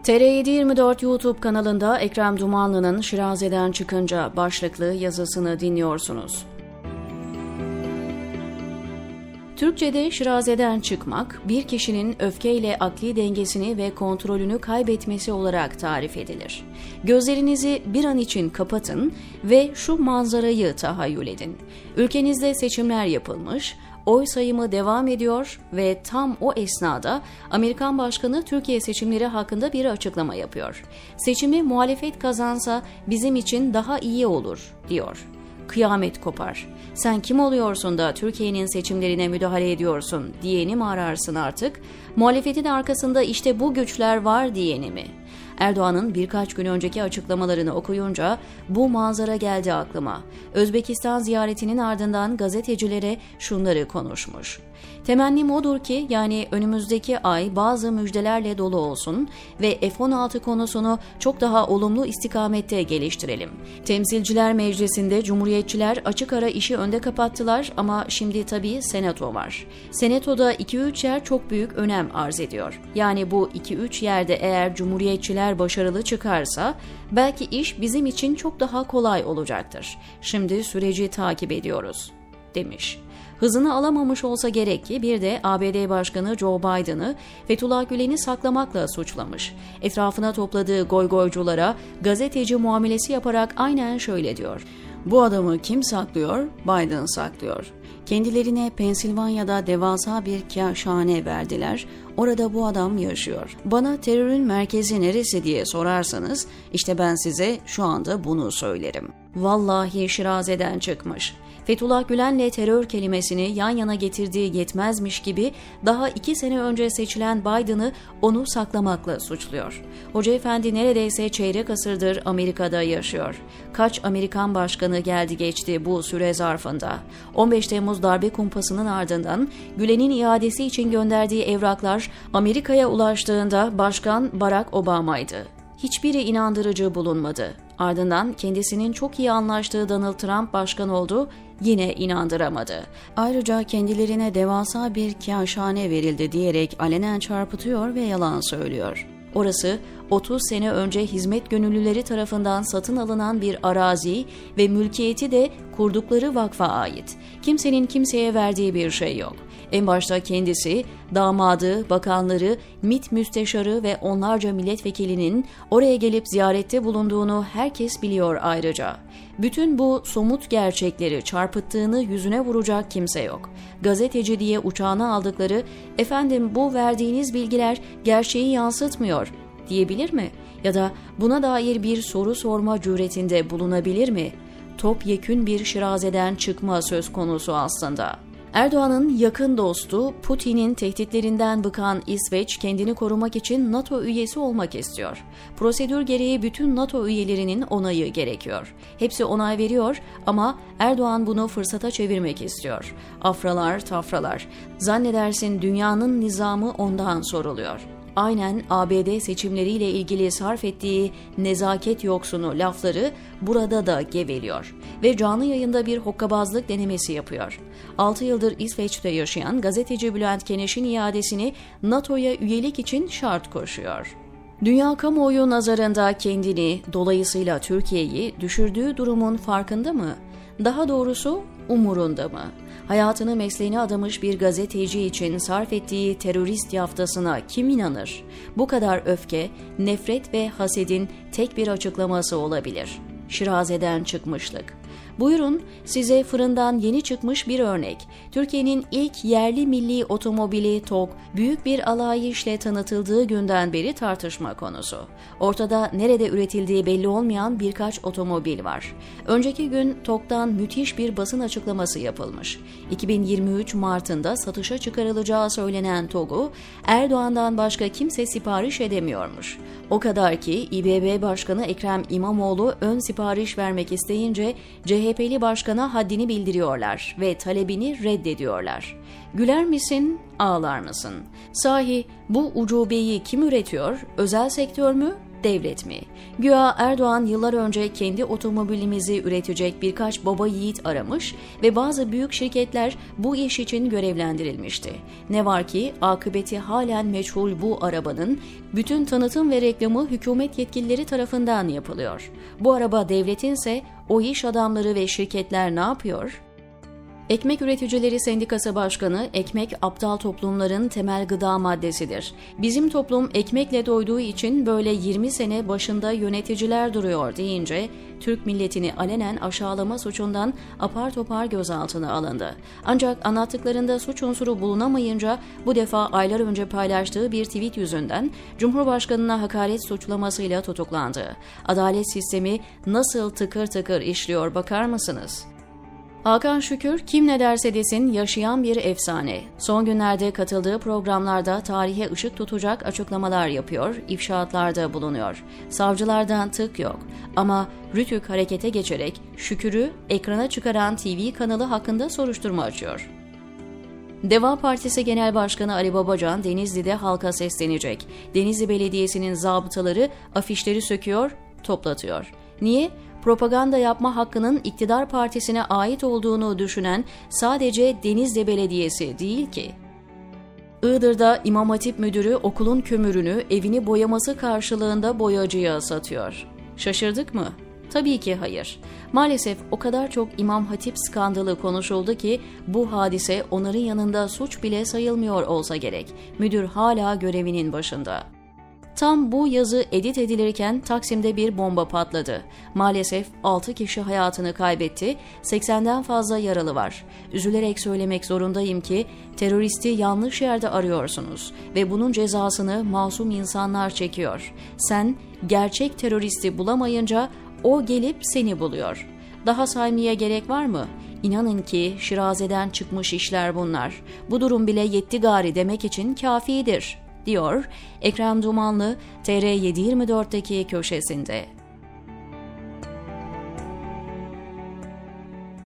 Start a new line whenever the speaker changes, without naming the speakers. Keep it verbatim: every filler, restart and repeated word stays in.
T R yedi yirmi dört YouTube kanalında Ekrem Dumanlı'nın Şiraze'den çıkınca başlıklı yazısını dinliyorsunuz. Türkçe'de şirazeden çıkmak, bir kişinin öfkeyle akli dengesini ve kontrolünü kaybetmesi olarak tarif edilir. Gözlerinizi bir an için kapatın ve şu manzarayı tahayyül edin. Ülkenizde seçimler yapılmış, oy sayımı devam ediyor ve tam o esnada Amerikan Başkanı Türkiye seçimleri hakkında bir açıklama yapıyor. Seçimi muhalefet kazansa bizim için daha iyi olur, diyor. Kıyamet kopar. Sen kim oluyorsun da Türkiye'nin seçimlerine müdahale ediyorsun diyeni mi ararsın artık? Muhalefetin arkasında işte bu güçler var diyeni mi? Erdoğan'ın birkaç gün önceki açıklamalarını okuyunca bu manzara geldi aklıma. Özbekistan ziyaretinin ardından gazetecilere şunları konuşmuş. Temennim odur ki yani önümüzdeki ay bazı müjdelerle dolu olsun ve F on altı konusunu çok daha olumlu istikamette geliştirelim. Temsilciler Meclisi'nde Cumhuriyetçiler açık ara işi önde kapattılar ama şimdi tabii Senato var. Senato'da iki üç yer çok büyük önem arz ediyor. Yani bu iki üç yerde eğer Cumhuriyetçiler başarılı çıkarsa belki iş bizim için çok daha kolay olacaktır. Şimdi süreci takip ediyoruz, demiş. Hızını alamamış olsa gerek ki bir de A B D Başkanı Joe Biden'ı Fethullah Gülen'i saklamakla suçlamış. Etrafına topladığı goygoyculara gazeteci muamelesi yaparak aynen şöyle diyor. Bu adamı kim saklıyor? Biden saklıyor. Kendilerine Pensilvanya'da devasa bir kâhşane verdiler. Orada bu adam yaşıyor. Bana terörün merkezi neresi diye sorarsanız işte ben size şu anda bunu söylerim. Vallahi şirazeden çıkmış. Fethullah Gülen'le terör kelimesini yan yana getirdiği yetmezmiş gibi daha iki sene önce seçilen Biden'ı onu saklamakla suçluyor. Hoca Efendi neredeyse çeyrek asırdır Amerika'da yaşıyor. Kaç Amerikan başkanı geldi geçti bu süre zarfında. on beş Temmuz darbe kumpasının ardından Gülen'in iadesi için gönderdiği evraklar Amerika'ya ulaştığında Başkan Barack Obama'ydı. Hiçbiri inandırıcı bulunmadı. Ardından kendisinin çok iyi anlaştığı Donald Trump başkan oldu, yine inandıramadı. Ayrıca kendilerine devasa bir kâhşane verildi diyerek alenen çarpıtıyor ve yalan söylüyor. Orası otuz sene önce hizmet gönüllüleri tarafından satın alınan bir arazi ve mülkiyeti de kurdukları vakfa ait. Kimsenin kimseye verdiği bir şey yok. En başta kendisi, damadı, bakanları, MİT müsteşarı ve onlarca milletvekilinin oraya gelip ziyarette bulunduğunu herkes biliyor ayrıca. Bütün bu somut gerçekleri çarpıttığını yüzüne vuracak kimse yok. Gazeteci diye uçağına aldıkları, efendim bu verdiğiniz bilgiler gerçeği yansıtmıyor diyebilir mi? Ya da buna dair bir soru sorma cüretinde bulunabilir mi? Topyekün bir şirazeden çıkma söz konusu aslında. Erdoğan'ın yakın dostu Putin'in tehditlerinden bıkan İsveç kendini korumak için NATO üyesi olmak istiyor. Prosedür gereği bütün NATO üyelerinin onayı gerekiyor. Hepsi onay veriyor ama Erdoğan bunu fırsata çevirmek istiyor. Afralar, tafralar. Zannedersin dünyanın nizamı ondan soruluyor. Aynen A B D seçimleriyle ilgili sarf ettiği nezaket yoksunu lafları burada da geveliyor ve canlı yayında bir hokkabazlık denemesi yapıyor. altı yıldır İsveç'te yaşayan gazeteci Bülent Keneş'in iadesini NATO'ya üyelik için şart koşuyor. Dünya kamuoyu nazarında kendini, dolayısıyla Türkiye'yi düşürdüğü durumun farkında mı? Daha doğrusu umurunda mı? Hayatını mesleğine adamış bir gazeteci için sarf ettiği terörist yaftasına kim inanır? Bu kadar öfke, nefret ve hasedin tek bir açıklaması olabilir. Şirazeden çıkmışlık. Buyurun size fırından yeni çıkmış bir örnek. Türkiye'nin ilk yerli milli otomobili TOG büyük bir alayişle tanıtıldığı günden beri tartışma konusu. Ortada nerede üretildiği belli olmayan birkaç otomobil var. Önceki gün TOG'dan müthiş bir basın açıklaması yapılmış. iki bin yirmi üç Mart'ında satışa çıkarılacağı söylenen TOG'u Erdoğan'dan başka kimse sipariş edemiyormuş. O kadar ki İ B B Başkanı Ekrem İmamoğlu ön sipariş vermek isteyince C H P'li başkana haddini bildiriyorlar ve talebini reddediyorlar. Güler misin, ağlar mısın? Sahi bu ucubeyi kim üretiyor? Özel sektör mü? Devlet mi? Güya Erdoğan yıllar önce kendi otomobilimizi üretecek birkaç baba yiğit aramış ve bazı büyük şirketler bu iş için görevlendirilmişti. Ne var ki akıbeti halen meçhul bu arabanın bütün tanıtım ve reklamı hükümet yetkilileri tarafından yapılıyor. Bu araba devletinse o iş adamları ve şirketler ne yapıyor? Ekmek Üreticileri Sendikası Başkanı, ekmek aptal toplumların temel gıda maddesidir. Bizim toplum ekmekle doyduğu için böyle yirmi sene başında yöneticiler duruyor deyince, Türk milletini alenen aşağılama suçundan apar topar gözaltına alındı. Ancak anlattıklarında suç unsuru bulunamayınca bu defa aylar önce paylaştığı bir tweet yüzünden Cumhurbaşkanına hakaret suçlamasıyla tutuklandı. Adalet sistemi nasıl tıkır tıkır işliyor bakar mısınız? Hakan Şükür, kim ne derse desin yaşayan bir efsane. Son günlerde katıldığı programlarda tarihe ışık tutacak açıklamalar yapıyor, ifşaatlarda bulunuyor. Savcılardan tık yok. Ama Rütük harekete geçerek Şükür'ü ekrana çıkaran T V kanalı hakkında soruşturma açıyor. Deva Partisi Genel Başkanı Ali Babacan Denizli'de halka seslenecek. Denizli Belediyesi'nin zabıtaları afişleri söküyor, toplatıyor. Niye? Propaganda yapma hakkının iktidar partisine ait olduğunu düşünen sadece Denizli Belediyesi değil ki. Iğdır'da İmam Hatip Müdürü okulun kömürünü evini boyaması karşılığında boyacıya satıyor. Şaşırdık mı? Tabii ki hayır. Maalesef o kadar çok İmam Hatip skandalı konuşuldu ki bu hadise onların yanında suç bile sayılmıyor olsa gerek. Müdür hala görevinin başında. Tam bu yazı edit edilirken Taksim'de bir bomba patladı. Maalesef altı kişi hayatını kaybetti, seksenden fazla yaralı var. Üzülerek söylemek zorundayım ki teröristi yanlış yerde arıyorsunuz ve bunun cezasını masum insanlar çekiyor. Sen gerçek teröristi bulamayınca o gelip seni buluyor. Daha saymaya gerek var mı? İnanın ki şirazeden çıkmış işler bunlar. Bu durum bile yetti gari demek için kafidir, diyor Ekrem Dumanlı T R yedi yirmi dörtteki köşesinde.